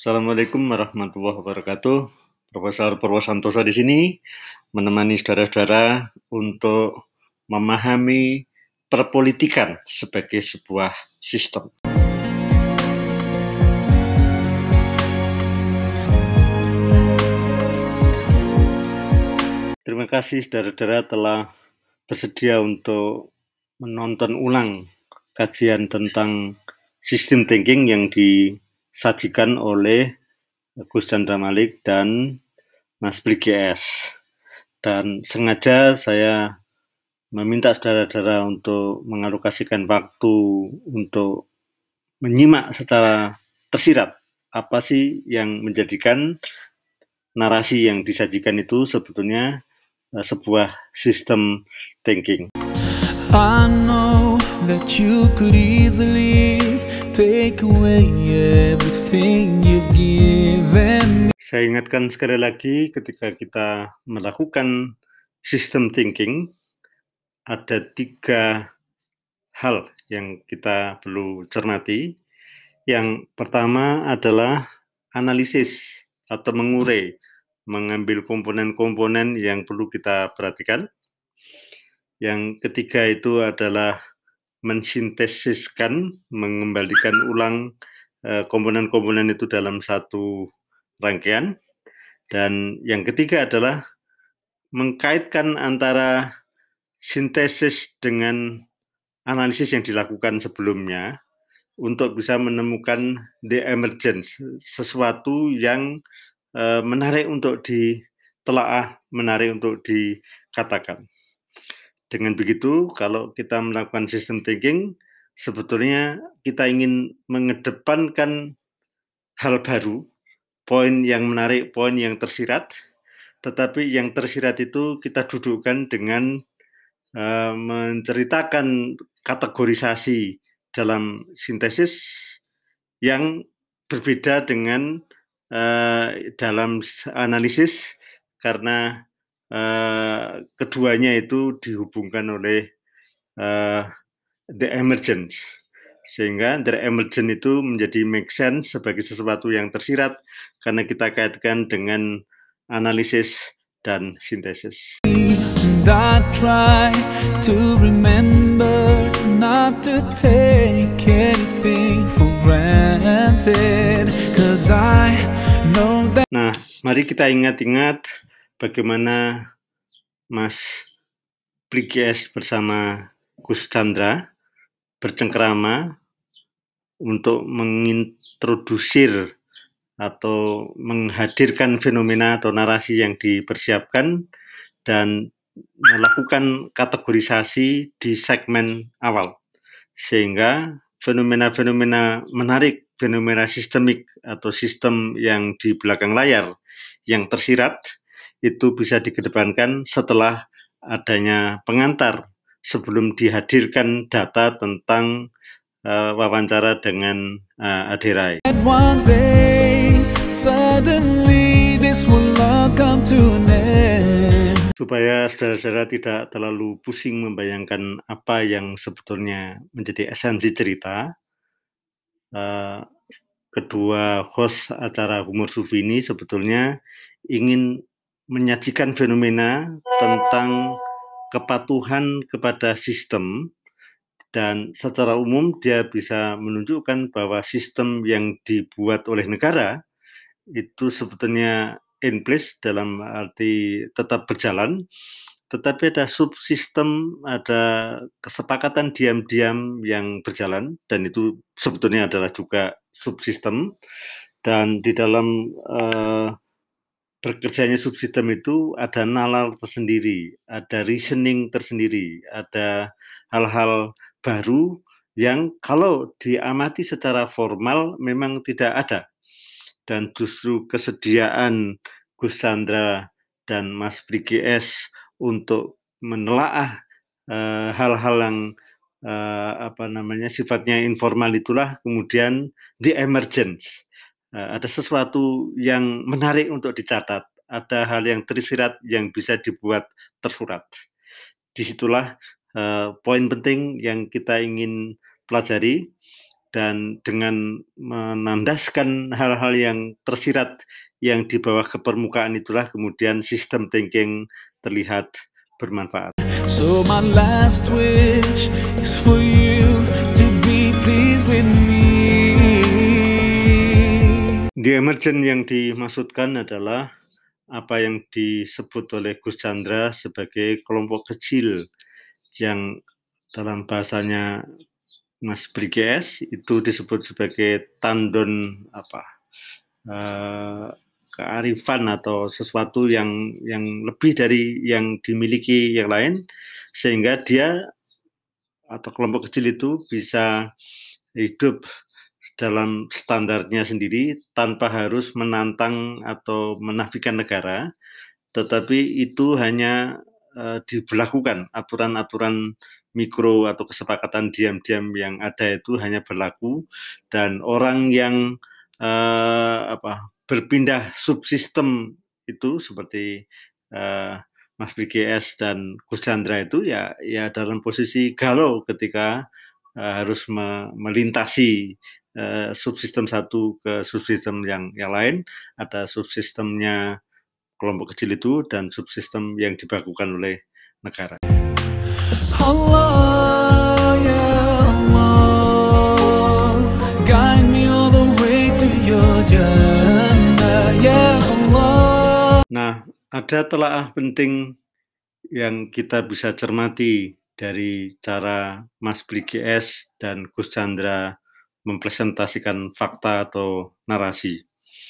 Assalamualaikum warahmatullahi wabarakatuh. Profesor Purwosantoso di sini menemani saudara-saudara untuk memahami perpolitikan sebagai sebuah sistem. Terima kasih saudara-saudara telah bersedia untuk menonton ulang kajian tentang sistem thinking yang disajikan oleh Gus Chandra Malik dan Mas Brigi S. Dan sengaja saya meminta saudara-saudara untuk mengalokasikan waktu untuk menyimak secara tersirat apa sih yang menjadikan narasi yang disajikan itu sebetulnya sebuah sistem thinking. I know that you could easily take away everything you've given. Saya ingatkan sekali lagi ketika kita melakukan sistem thinking ada 3 hal yang kita perlu cermati. Yang pertama adalah analisis atau mengurai, mengambil komponen-komponen yang perlu kita perhatikan. Yang ketiga itu adalah mensintesiskan, mengembalikan ulang komponen-komponen itu dalam satu rangkaian. Dan yang ketiga adalah mengkaitkan antara sintesis dengan analisis yang dilakukan sebelumnya untuk bisa menemukan the emergence, sesuatu yang menarik untuk ditelaah, menarik untuk dikatakan. Dengan begitu, kalau kita melakukan system thinking, sebetulnya kita ingin mengedepankan hal baru, poin yang menarik, poin yang tersirat, tetapi yang tersirat itu kita dudukkan dengan menceritakan kategorisasi dalam sintesis yang berbeda dengan dalam analisis karena keduanya itu dihubungkan oleh the emergence, sehingga the emergence itu menjadi make sense sebagai sesuatu yang tersirat karena kita kaitkan dengan analisis dan sintesis. I try to remember not to take anything for granted, 'cause I know that. Nah, mari kita ingat-ingat bagaimana Mas Brigi S bersama Gus Chandra bercengkerama untuk mengintrodusir atau menghadirkan fenomena atau narasi yang dipersiapkan dan melakukan kategorisasi di segmen awal, sehingga fenomena-fenomena menarik, fenomena sistemik atau sistem yang di belakang layar yang tersirat itu bisa dikedepankan setelah adanya pengantar sebelum dihadirkan data tentang wawancara dengan Aderai. One day, suddenly this will all come to an end. Supaya saudara-saudara tidak terlalu pusing membayangkan apa yang sebetulnya menjadi esensi cerita, kedua host acara Humor Sufi ini sebetulnya ingin menyajikan fenomena tentang kepatuhan kepada sistem, dan secara umum dia bisa menunjukkan bahwa sistem yang dibuat oleh negara itu sebetulnya in place dalam arti tetap berjalan, tetapi ada subsistem, ada kesepakatan diam-diam yang berjalan, dan itu sebetulnya adalah juga subsistem. Dan di dalam bekerjanya subsistem itu ada nalar tersendiri, ada reasoning tersendiri, ada hal-hal baru yang kalau diamati secara formal memang tidak ada. Dan justru kesediaan Gus Chandra dan Mas Brigi S untuk menelaah hal-hal yang sifatnya informal itulah kemudian the emergence. Ada sesuatu yang menarik untuk dicatat, ada hal yang tersirat yang bisa dibuat tersurat. Disitulah poin penting yang kita ingin pelajari, dan dengan menandaskan hal-hal yang tersirat yang di bawah ke permukaan itulah kemudian sistem thinking terlihat bermanfaat. So my last wish is for you to be pleased with me. The emergent yang dimaksudkan adalah apa yang disebut oleh Gus Chandra sebagai kelompok kecil yang dalam bahasanya Mas Briges itu disebut sebagai tandon kearifan atau sesuatu yang lebih dari yang dimiliki yang lain, sehingga dia atau kelompok kecil itu bisa hidup dalam standarnya sendiri tanpa harus menantang atau menafikan negara, tetapi itu hanya diberlakukan aturan-aturan mikro atau kesepakatan diam-diam yang ada itu hanya berlaku, dan orang yang berpindah subsistem itu seperti Mas BGS dan Gus Chandra itu ya dalam posisi galau ketika harus melintasi subsistem satu ke subsistem yang lain. Ada subsistemnya kelompok kecil itu dan subsistem yang dibakukan oleh negara. Allah, ya Allah, guide me all the way to your Jannah, ya Allah. Nah, ada telaah penting yang kita bisa cermati dari cara Mas BGS dan Gus Chandra mempresentasikan fakta atau narasi.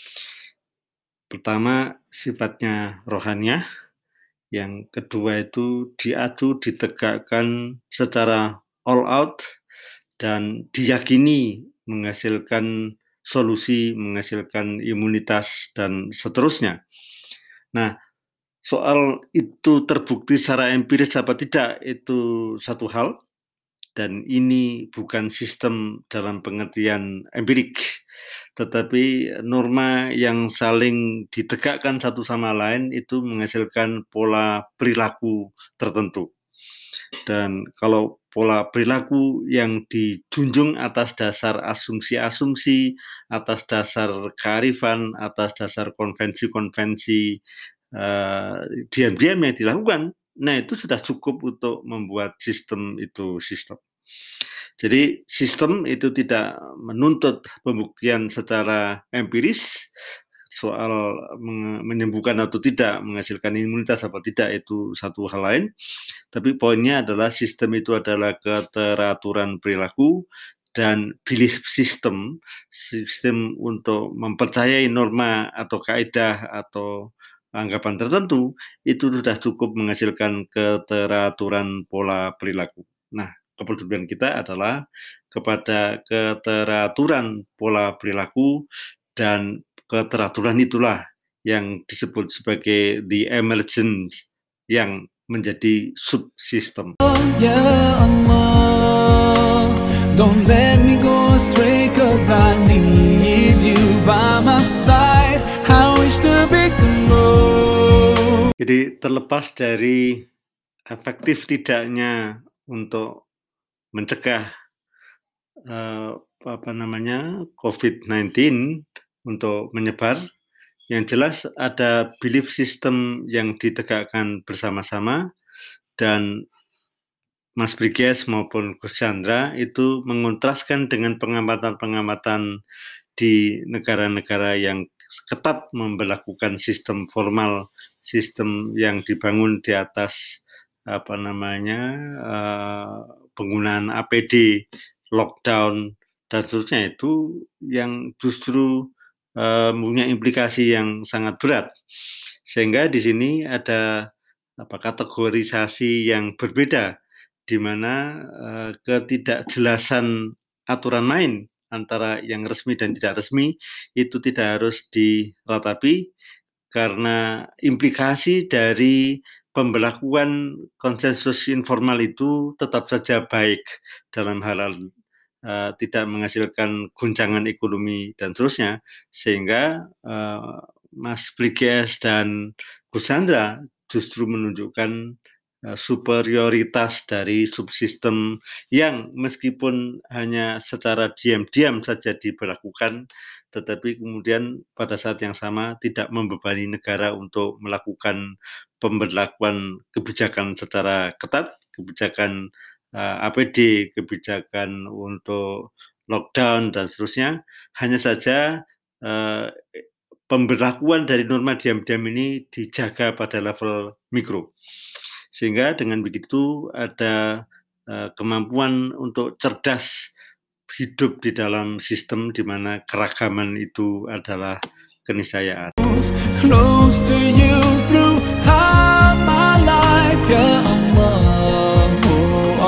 Pertama, sifatnya rohaniah. Yang kedua itu diadu, ditegakkan secara all out dan diyakini menghasilkan solusi, menghasilkan imunitas, dan seterusnya. Nah, soal itu terbukti secara empiris apa tidak, itu satu hal, dan ini bukan sistem dalam pengertian empirik, tetapi norma yang saling ditegakkan satu sama lain itu menghasilkan pola perilaku tertentu. Dan kalau pola perilaku yang dijunjung atas dasar asumsi-asumsi, atas dasar kearifan, atas dasar konvensi-konvensi diam-diam yang dilakukan, nah itu sudah cukup untuk membuat sistem itu sistem. Jadi sistem itu tidak menuntut pembuktian secara empiris soal menyembuhkan atau tidak, menghasilkan imunitas apa tidak, itu satu hal lain. Tapi poinnya adalah sistem itu adalah keteraturan perilaku dan belief system, sistem untuk mempercayai norma atau kaidah atau anggapan tertentu, itu sudah cukup menghasilkan keteraturan pola perilaku. Nah, kepedulian kita adalah kepada keteraturan pola perilaku, dan keteraturan itulah yang disebut sebagai the emergence yang menjadi subsistem. Ya Allah, don't let me go astray, 'cause I need you by my side. I wish to be close. Jadi terlepas dari efektif tidaknya untuk mencegah COVID-19 untuk menyebar, yang jelas ada belief system yang ditegakkan bersama-sama, dan Mas Briges maupun Gus Chandra itu mengontraskan dengan pengamatan-pengamatan di negara-negara yang ketat memberlakukan sistem formal, sistem yang dibangun di atas penggunaan APD, lockdown, dan seterusnya, itu yang justru punya implikasi yang sangat berat. Sehingga di sini ada kategorisasi yang berbeda, di mana ketidakjelasan aturan main antara yang resmi dan tidak resmi itu tidak harus diratapi, karena implikasi dari pembelakuan konsensus informal itu tetap saja baik dalam hal tidak menghasilkan guncangan ekonomi dan seterusnya, sehingga Mas Briges dan Gus Chandra justru menunjukkan superioritas dari subsistem yang meskipun hanya secara diam-diam saja diberlakukan, tetapi kemudian pada saat yang sama tidak membebani negara untuk melakukan pemberlakuan kebijakan secara ketat, kebijakan APD, kebijakan untuk lockdown dan seterusnya. Hanya saja pemberlakuan dari norma diam-diam ini dijaga pada level mikro. Sehingga dengan begitu ada kemampuan untuk cerdas hidup di dalam sistem di mana keragaman itu adalah keniscayaan. Close to you throughout my life, ya Allah, oh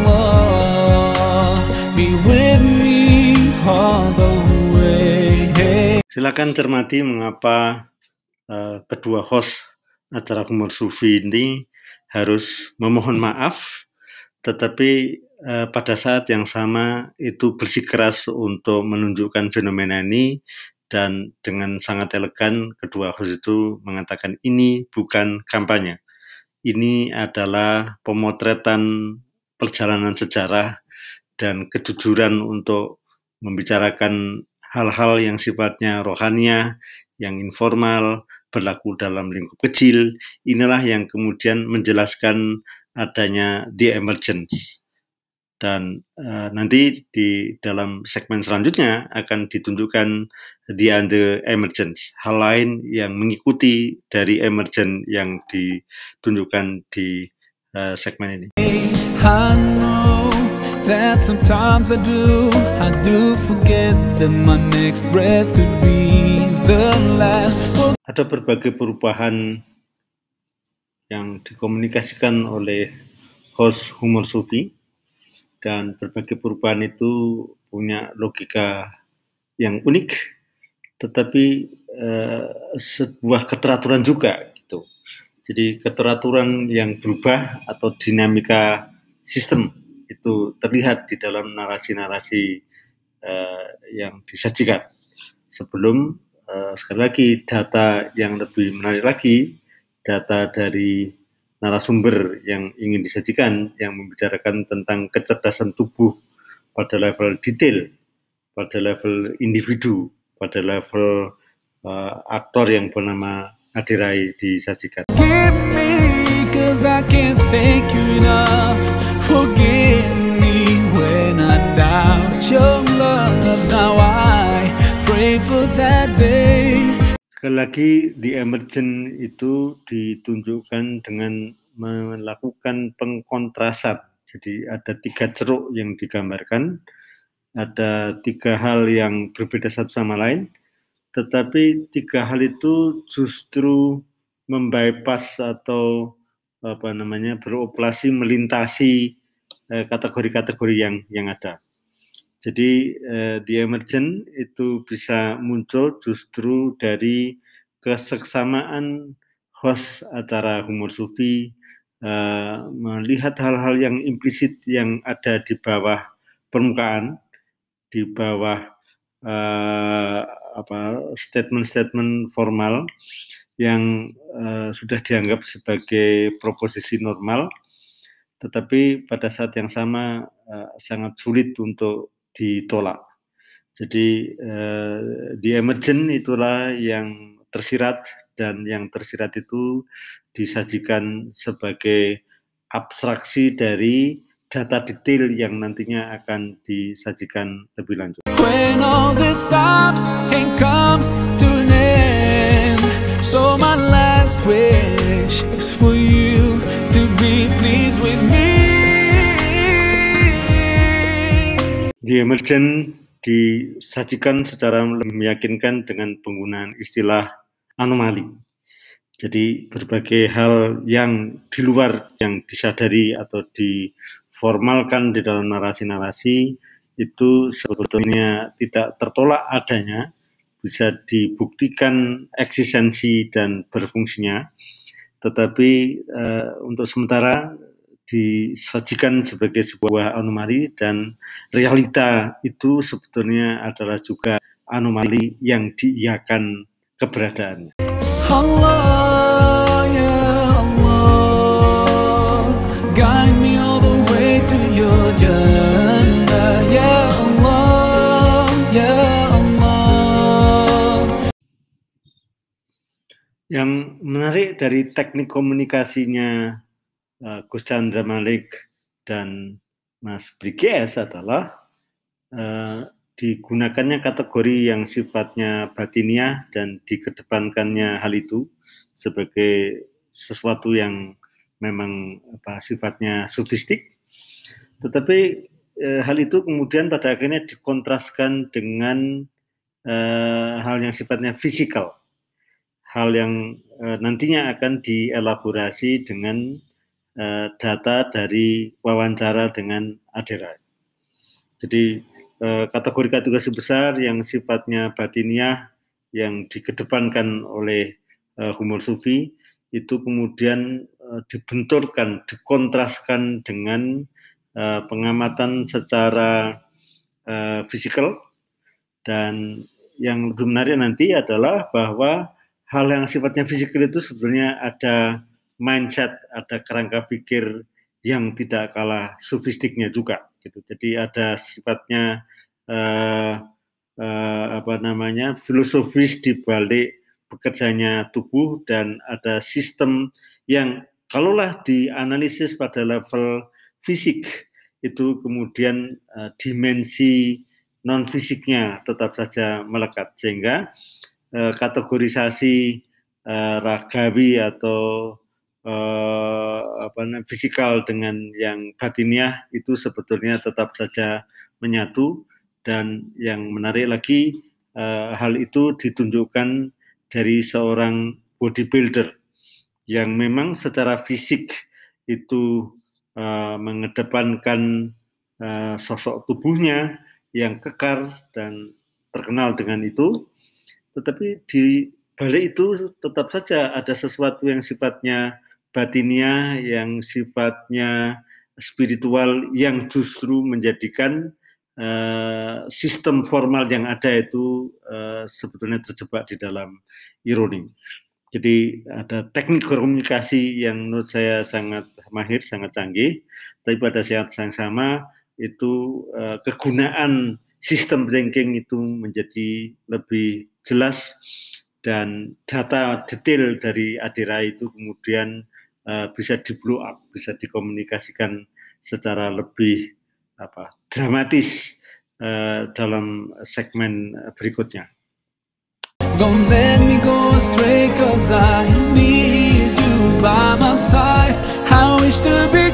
Allah, be with me all the way. Silakan cermati mengapa kedua host acara Humor Sufi ini harus memohon maaf, tetapi pada saat yang sama itu bersikeras untuk menunjukkan fenomena ini, dan dengan sangat elegan kedua host itu mengatakan ini bukan kampanye, ini adalah pemotretan perjalanan sejarah dan kejujuran untuk membicarakan hal-hal yang sifatnya rohaniah, yang informal, berlaku dalam lingkup kecil. Inilah yang kemudian menjelaskan adanya The Emergence. Dan nanti di dalam segmen selanjutnya akan ditunjukkan The Emergence, hal lain yang mengikuti dari Emergence yang ditunjukkan di segmen ini. I know that sometimes I do forget that my next breath could be the last. Ada berbagai perubahan yang dikomunikasikan oleh host Humor Sufi, dan berbagai perubahan itu punya logika yang unik, tetapi sebuah keteraturan juga gitu. Jadi keteraturan yang berubah atau dinamika sistem itu terlihat di dalam narasi-narasi yang disajikan. Sebelum sekali lagi data yang lebih menarik lagi, data dari narasumber yang ingin disajikan yang membicarakan tentang kecerdasan tubuh pada level detail, pada level individu, pada level aktor yang bernama Adi Rai disajikan. Give me, 'cause I can't thank you enough. Forgive me when I doubt your love. Now I pray for that day. Sekali lagi, The Emergence itu ditunjukkan dengan melakukan pengkontrasan. Jadi ada 3 ceruk yang digambarkan, ada 3 hal yang berbeda satu sama lain, tetapi 3 hal itu justru membypass atau beroperasi melintasi kategori-kategori yang ada. Jadi The Emergence itu bisa muncul justru dari keseksamaan host acara Humor Sufi melihat hal-hal yang implisit yang ada di bawah permukaan, di bawah statement-statement formal yang sudah dianggap sebagai proposisi normal, tetapi pada saat yang sama sangat sulit untuk ditolak. Jadi The Emergence itulah yang tersirat, dan yang tersirat itu disajikan sebagai abstraksi dari data detail yang nantinya akan disajikan lebih lanjut. When all this stops and comes to an end, so my last wish is for you to be pleased with me. The Emergence disajikan secara meyakinkan dengan penggunaan istilah anomali. Jadi berbagai hal yang di luar yang disadari atau diformalkan di dalam narasi-narasi itu sebetulnya tidak tertolak adanya, bisa dibuktikan eksistensi dan berfungsinya, tetapi untuk sementara disajikan sebagai sebuah anomali, dan realita itu sebetulnya adalah juga anomali yang diiyakan keberadaannya. Allah, ya Allah, Yang menarik dari teknik komunikasinya Gus Chandra Malik dan Mas Briges adalah digunakannya kategori yang sifatnya batiniah dan dikedepankannya hal itu sebagai sesuatu yang memang sifatnya sofistik, tetapi hal itu kemudian pada akhirnya dikontraskan dengan hal yang sifatnya fisikal, hal yang nantinya akan dielaborasi dengan data dari wawancara dengan Aderai. Jadi kategori-kategori besar yang sifatnya batiniah yang dikedepankan oleh humor sufi itu kemudian dibenturkan, dikontraskan dengan pengamatan secara fisikal. Dan yang lebih menarik nanti adalah bahwa hal yang sifatnya fisikal itu sebenarnya ada mindset, ada kerangka pikir yang tidak kalah sofistiknya juga gitu. Jadi ada sifatnya filosofis di balik bekerjanya tubuh, dan ada sistem yang kalaulah dianalisis pada level fisik itu kemudian dimensi non fisiknya tetap saja melekat, sehingga kategorisasi ragawi atau fisikal dengan yang batiniah itu sebetulnya tetap saja menyatu. Dan yang menarik lagi, hal itu ditunjukkan dari seorang bodybuilder yang memang secara fisik itu mengedepankan sosok tubuhnya yang kekar dan terkenal dengan itu, tetapi di balik itu tetap saja ada sesuatu yang sifatnya batiniah, yang sifatnya spiritual, yang justru menjadikan sistem formal yang ada itu sebetulnya terjebak di dalam ironi. Jadi ada teknik komunikasi yang menurut saya sangat mahir, sangat canggih, tapi pada saat yang sama itu kegunaan sistem thinking itu menjadi lebih jelas, dan data detail dari Aderai itu kemudian bisa di blow up, bisa dikomunikasikan secara lebih dramatis dalam segmen berikutnya. Don't let me go astray, 'cause I need you by my side. I wish to be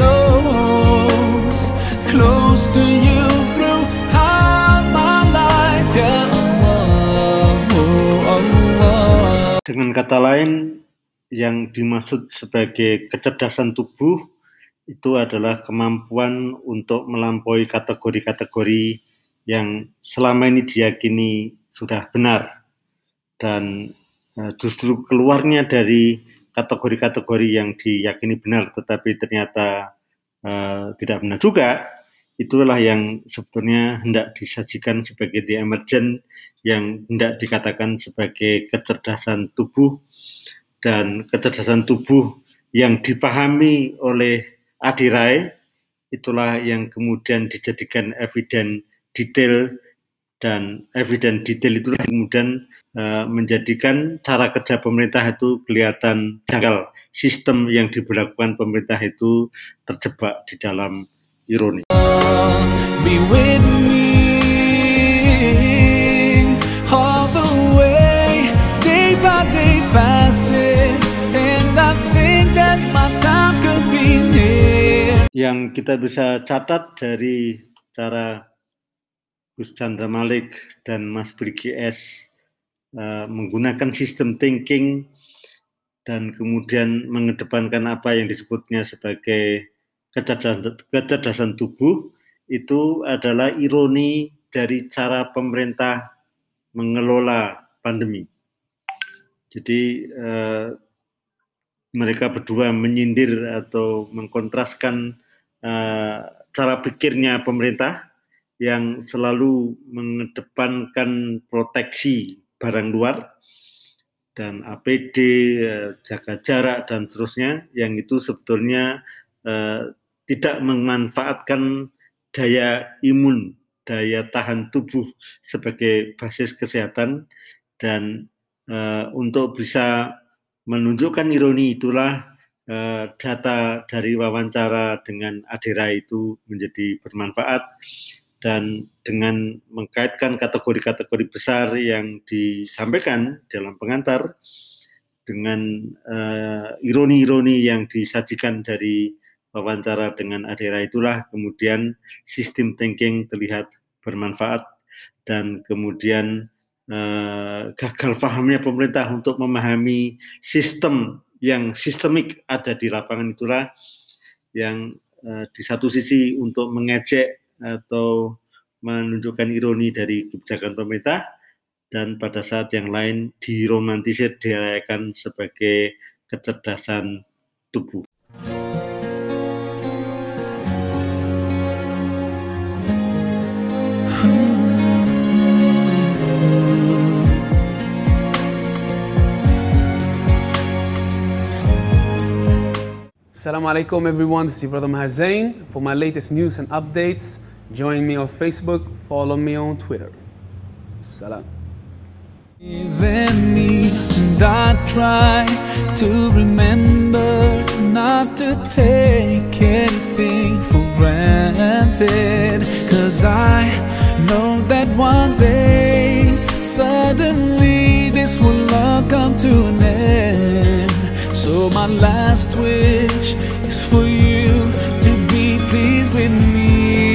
close to you throughout my life, ya Allah, oh Allah. Dengan kata lain, yang dimaksud sebagai kecerdasan tubuh itu adalah kemampuan untuk melampaui kategori-kategori yang selama ini diyakini sudah benar, dan justru keluarnya dari kategori-kategori yang diyakini benar tetapi ternyata tidak benar juga, itulah yang sebetulnya hendak disajikan sebagai the emergent, yang hendak dikatakan sebagai kecerdasan tubuh. Dan kecerdasan tubuh yang dipahami oleh Aderai itulah yang kemudian dijadikan evidence detail, dan evidence detail itulah kemudian menjadikan cara kerja pemerintah itu kelihatan janggal. Sistem yang diberlakukan pemerintah itu terjebak di dalam ironi. Be with me all the way, day by day passes, and I think that my time could be near. Yang kita bisa catat dari cara Gus Chandra Malik dan Mas Briges menggunakan sistem thinking dan kemudian mengedepankan apa yang disebutnya sebagai kecerdasan tubuh, itu adalah ironi dari cara pemerintah mengelola pandemi. Jadi mereka berdua menyindir atau mengkontraskan cara pikirnya pemerintah yang selalu mengedepankan proteksi barang luar dan APD, jaga jarak dan seterusnya, yang itu sebetulnya tidak memanfaatkan daya imun, daya tahan tubuh sebagai basis kesehatan, dan untuk bisa menunjukkan ironi itulah data dari wawancara dengan Adera itu menjadi bermanfaat, dan dengan mengkaitkan kategori-kategori besar yang disampaikan dalam pengantar dengan ironi-ironi yang disajikan dari wawancara dengan Adera itulah kemudian sistem thinking terlihat bermanfaat, dan kemudian gagal pahamnya pemerintah untuk memahami sistem yang sistemik ada di lapangan itulah yang di satu sisi untuk mengejek atau menunjukkan ironi dari kebijakan pemerintah, dan pada saat yang lain diromantisir, dirayakan sebagai kecerdasan tubuh. Assalamu alaikum everyone, this is your brother Maher Zain. For my latest news and updates, join me on Facebook, follow me on Twitter. Salam. Even me, and I try to remember not to take anything for granted, 'cause I know that one day suddenly this will all come to an end. So my last wish is for you to be pleased with me.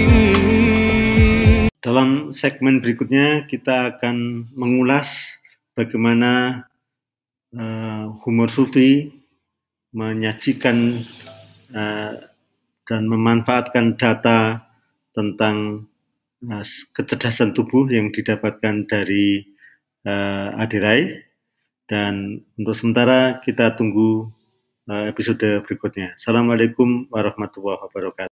Dalam segmen berikutnya kita akan mengulas bagaimana humor sufi menyajikan dan memanfaatkan data tentang kecerdasan tubuh yang didapatkan dari Adirai. Dan untuk sementara kita tunggu episode berikutnya. Assalamualaikum warahmatullahi wabarakatuh.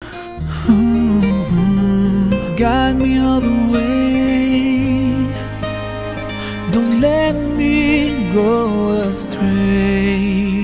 Guide me all the way, don't let me go astray.